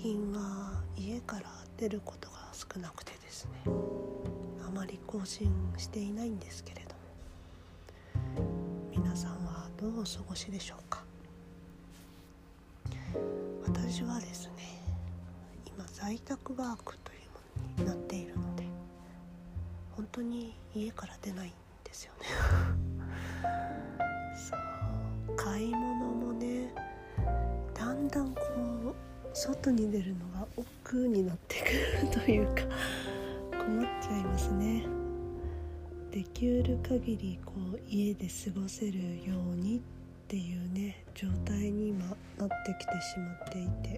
近は家から出ることが少なくてですね、あまり更新していないんですけれども、皆さんはどうお過ごしでしょうか。私はですね、今在宅ワークというものになっているので、本当に家から出ないんですよねそう、買い物もね、だんだん外に出るのが億劫になってくるというか困っちゃいますね。できる限り家で過ごせるようにっていうね状態に今なってきてしまっていて、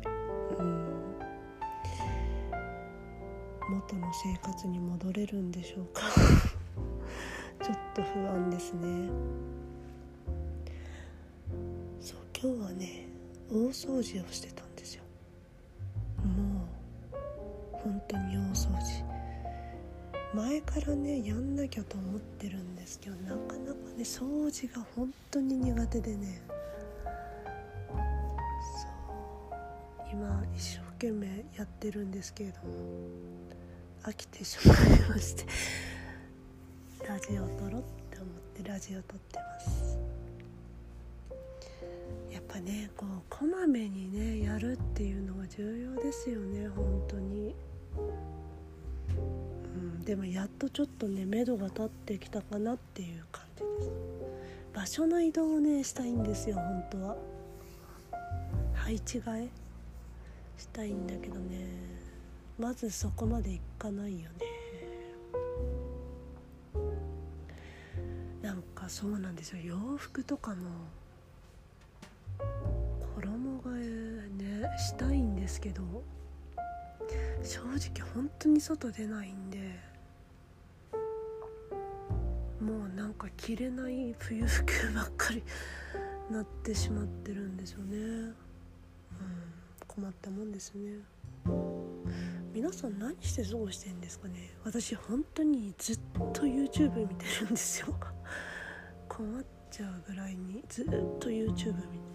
元の生活に戻れるんでしょうかちょっと不安ですね。そう、今日はね大掃除をしてたんですよ。もう本当に大掃除、前からねやんなきゃと思ってるんですけど、なかなかね掃除が本当に苦手でね、そう今一生懸命やってるんですけれども、飽きてしまいましてラジオを撮ろうって思ってラジオを撮ってます。やっぱねこまめにねやるっていうのが重要ですよね、本当に。でもやっとちょっとね目処が立ってきたかなっていう感じです。場所の移動をねしたいんですよ、本当は。配置換えしたいんだけどね、まずそこまでいかないよね。なんかそうなんですよ、洋服とかの衣替えねしたいんですけど、正直本当に外出ないんで、もうなんか着れない冬服ばっかりなってしまってるんですよね。困ったもんですね。皆さん何して過ごしてんですかね。私本当にずっと YouTube 見てるんですよ困っちゃうぐらいにずっと YouTube 見てる。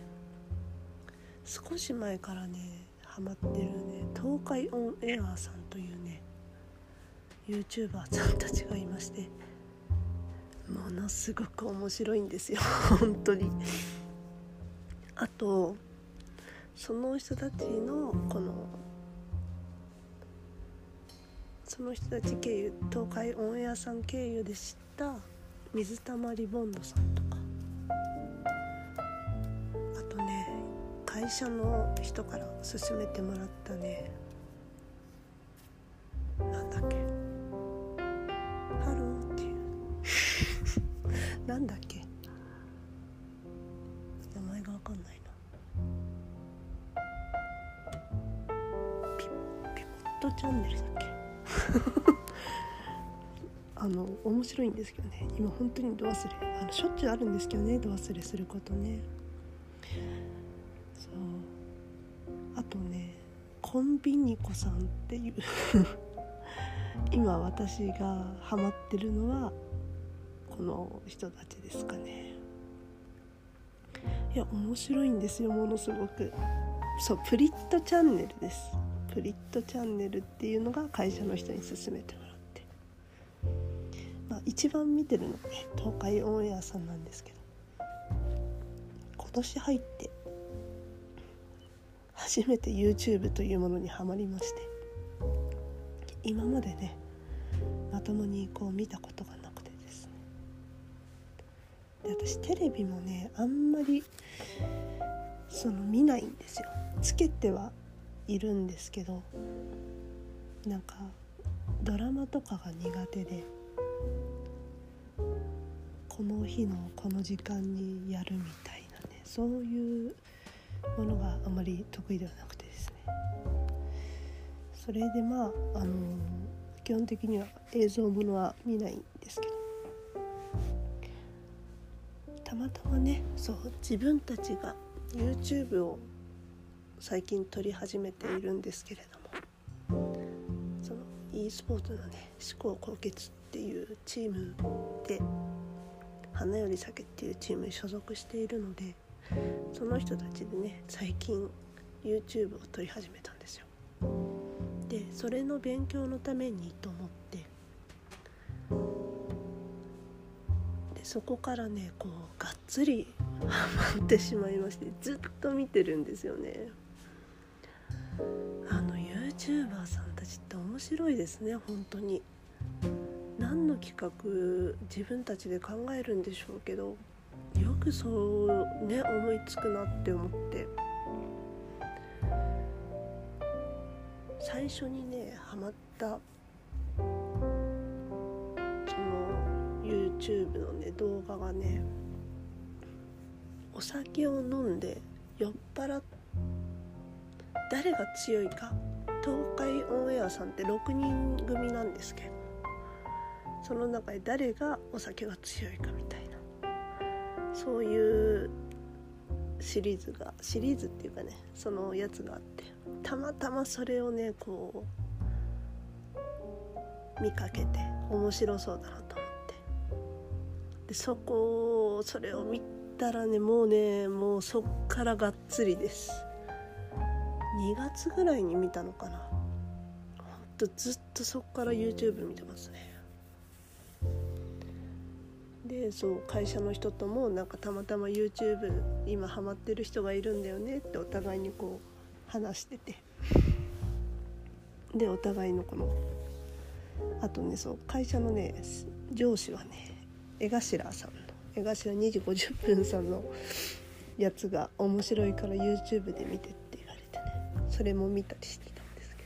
少し前からねハマってるね東海オンエアさんというね YouTuber さんたちがいまして、ものすごく面白いんですよ本当に。あとその人たちのその人たち経由、東海オンエアさん経由で知った水溜りボンドさんとか、あとね会社の人から勧めてもらったね、なんだっけ、ハローっていうなんだっけ、名前がわかんないな。ピポットチャンネルだっけ面白いんですけどね、今本当に度忘れしょっちゅうあるんですけどね、度忘れすることね。そう、あとねコンビニコさんっていう今私がハマってるのはこの人たちですかね。いや面白いんですよ、ものすごく。そう、プリットチャンネルです。プリットチャンネルっていうのが会社の人に勧めてもらって、一番見てるのはね東海オンエアさんなんですけど、今年入って初めて YouTube というものにハマりまして、今までねまともに見たことがなくてですね。で、私テレビもねあんまり見ないんですよ。つけてはいるんですけど、なんかドラマとかが苦手で、この日のこの時間にやるみたいなね、そういうものがあまり得意ではなくてですね。それで基本的には映像ものは見ないんですけど、たまたまね自分たちが YouTube を最近撮り始めているんですけれども、その e スポーツのね思考高血っていうチームで、花より酒っていうチームに所属しているので、その人たちでね最近 YouTube を撮り始めたんですよ。 でそれの勉強のためにと思って、でそこからねこうがっつりハマってしまいまして、ずっと見てるんですよね。YouTuber さんたちって面白いですね。本当に何の企画自分たちで考えるんでしょうけど、よくそうね思いつくなって思って、最初にねハマったその YouTube のね動画がね、お酒を飲んで酔っ払って誰が強いか、東海オンエアさんって6人組なんですけど、その中で誰がお酒が強いかみたいな、そういうシリーズっていうかね、そのやつがあって、たまたまそれをねこう見かけて面白そうだなと思って、でそれを見たらねもうそっからがっつりです。2月ぐらいに見たのかな。ほんとずっとそっから YouTube 見てますね。でそう会社の人ともなんかたまたま YouTube 今ハマってる人がいるんだよねってお互いにこう話してて、でお互いのこのあとね、そう会社のね上司はね江頭さんの江頭2時50分さんのやつが面白いから YouTube で見てって言われてね、それも見たりしてたんですけど、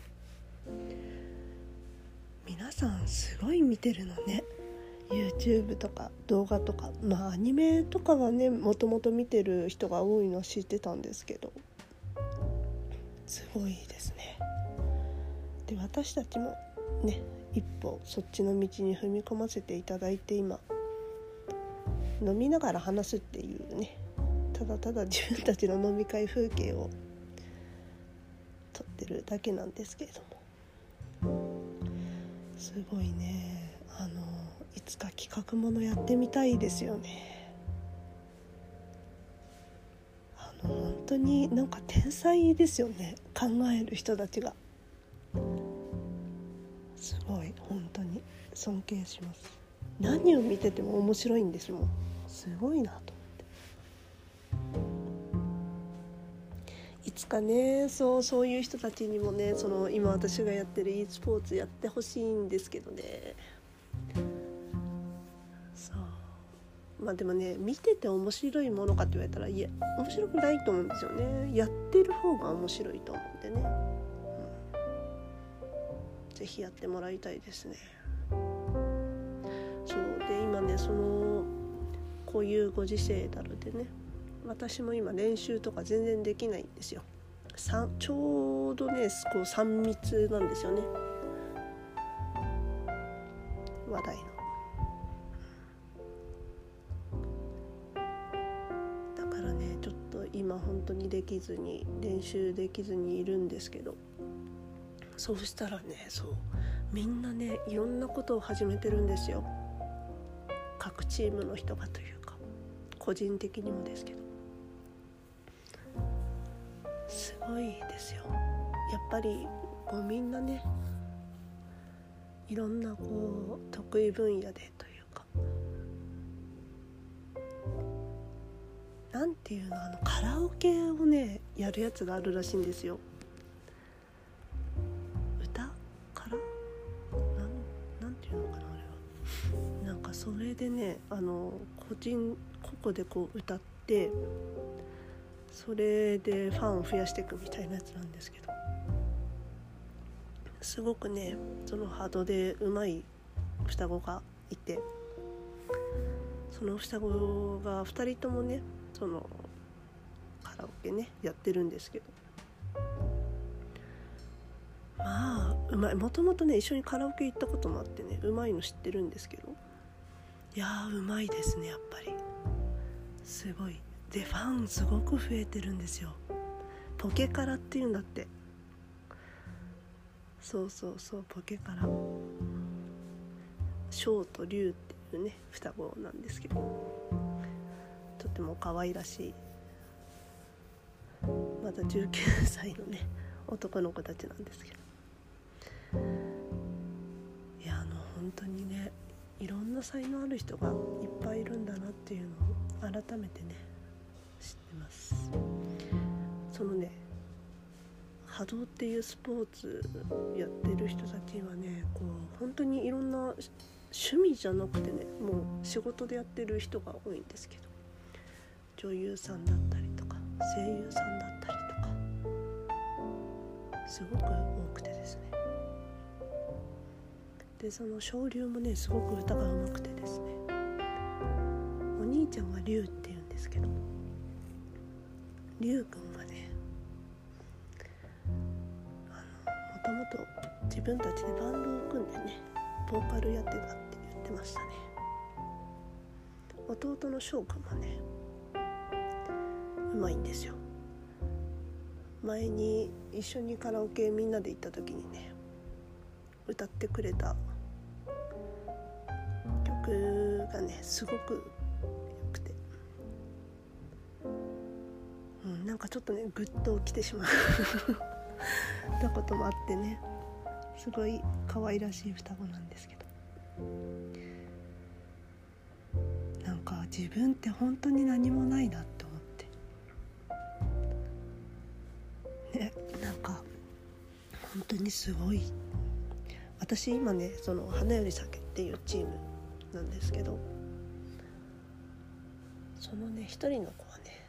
皆さんすごい見てるのね、 YouTube とか動画とか、まあアニメとかはねもともと見てる人が多いのは知ってたんですけど、すごいですね。で私たちもね一歩そっちの道に踏み込ませていただいて、今飲みながら話すっていうね、ただただ自分たちの飲み会風景を撮ってるだけなんですけれども、すごいね、いつか企画ものやってみたいですよね。本当になんか天才ですよね、考える人たちが。すごい本当に尊敬します。何を見てても面白いんですもん。すごいなと思って、いつかねそういう人たちにもね、その今私がやってる e スポーツやってほしいんですけどね。そうまあでもね、見てて面白いものかって言われたら、いや面白くないと思うんですよね。やってる方が面白いと思うんでね、ぜひやってもらいたいですね。そうで今ねこういうご時世なのでね、私も今練習とか全然できないんですよ。ちょうどねこう3密なんですよね、話題の。だからねちょっと今本当に練習できずにいるんですけど、そうしたらねみんなねいろんなことを始めてるんですよ。各チームの人がというか個人的にもですけど、すごいですよ。やっぱりこうみんなねいろんなこう得意分野でというか、なんていうの、カラオケをねやるやつがあるらしいんですよ。なんていうのかな、あれはなんかそれでね個々でこう歌って、それでファンを増やしていくみたいなやつなんですけど、すごくねそのハードで上手い双子がいて、その双子が2人ともねそのカラオケねやってるんですけど、まあうまい。もともとね一緒にカラオケ行ったこともあってね、うまいの知ってるんですけど、いやーうまいですね、やっぱりすごい。でファンすごく増えてるんですよ。ポケカラっていうんだって。そうポケカラ、ショウとリュウっていうね双子なんですけど、とても可愛らしいまだ19歳のね男の子たちなんですけど、 いや本当にね、いろんな才能ある人がいっぱいいるんだなっていうのを改めてね知ってます。そのね、波動っていうスポーツやってる人たちはね、こう本当にいろんな趣味じゃなくてね、もう仕事でやってる人が多いんですけど、女優さんだったりとか声優さんだったりとかすごく多くてですね、でその昇龍もねすごく歌が上手くてですね、お兄ちゃんが龍っていうんですけど、龍くんがねもともと自分たちでバンドを組んでねボーカルやってたって言ってましたね。弟の翔くんもねうまいんですよ。前に一緒にカラオケみんなで行った時にね歌ってくれた曲がねすごく良くて、なんかちょっとねグッときてしまうたこともあってね、すごい可愛らしい双子なんですけど、なんか自分って本当に何もないなって思ってね、なんか本当にすごい。私今ねその花より酒っていうチームなんですけど、そのね一人の子はね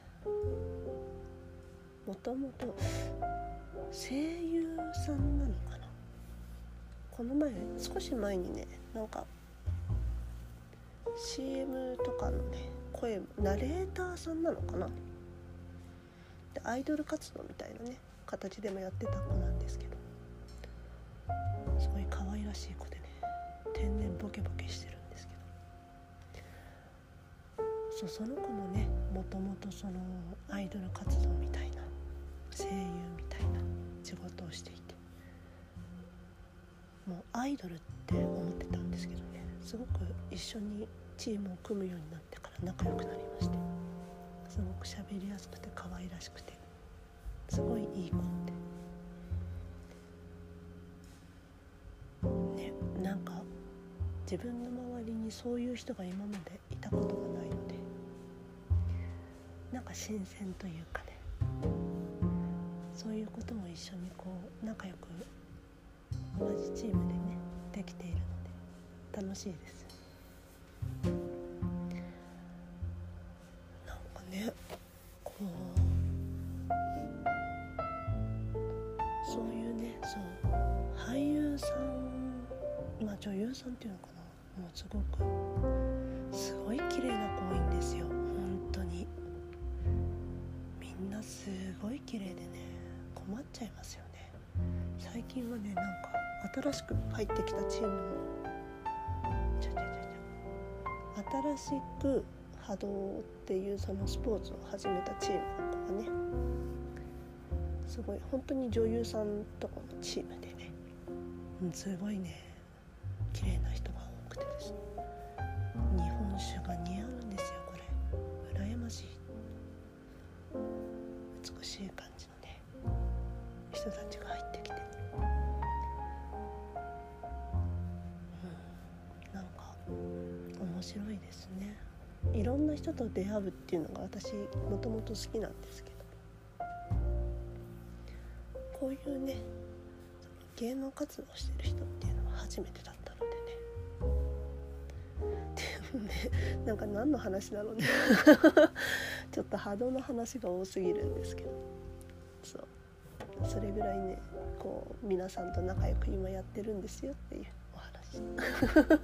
もともと声優さんなのかな。この前少し前にねなんか CM とかのね声ナレーターさんなのかなで、アイドル活動みたいなね形でもやってた子なんですけど、すごい可愛らしい子でね天然ボケボケしてるんですけど、その子もねもともとそのアイドル活動みたいな声優みたいな仕事をしていて、もうアイドルって思ってたんですけどね、すごく一緒にチームを組むようになってから仲良くなりまして、すごく喋りやすくて可愛らしくてすごいいい子でね、なんか自分の周りにそういう人が今までいたことがないので、なんか新鮮というかね、そういうことも一緒にこう仲良く同じチームでねできているので楽しいです。なんかねこうそういうね、そう俳優さん、女優さんっていうのかな、もうすごい綺麗な子多いんですよ。本当にみんなすごい綺麗でね困っちゃいますよね。最近はねなんか新しく入ってきたチームの新しく波動っていうそのスポーツを始めたチームの子がねすごい本当に女優さんとかのチームでね、すごいね綺麗な人が多くてですね、日本酒が似合うんですよ。これ羨ましい美しい感じのね人たちが入ってきて、なんか面白いですね。いろんな人と出会うっていうのが私もともと好きなんですけど、こういうね芸能活動してる人っていうのは初めてだったのでねでもねなんか何の話だろうねちょっと波動の話が多すぎるんですけど、それぐらいねこう皆さんと仲良く今やってるんですよっていうお話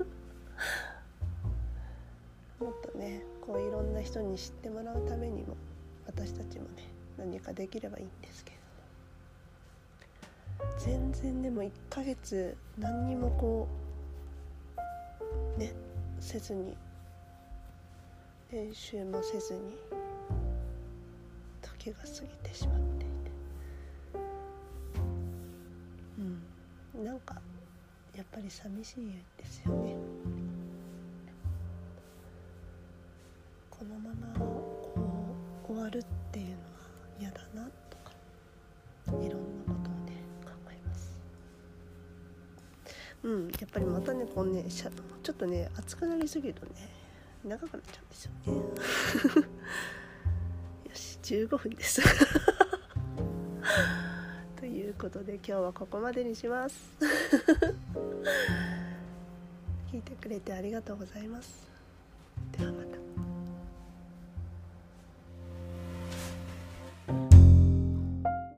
もっとねこういろんな人に知ってもらうためにも私たちもね何かできればいいんですけど、全然でも1ヶ月何にもこうねせずに練習もせずに時が過ぎてしまっていて、なんかやっぱり寂しいですよね。このままこう終わるっていうのは嫌だなとかいろんなことをね考えます。 やっぱりまたねこうねちょっとね熱くなりすぎるとね長くなっちゃうんですよねよし15分ですということで今日はここまでにします聞いてくれてありがとうございます。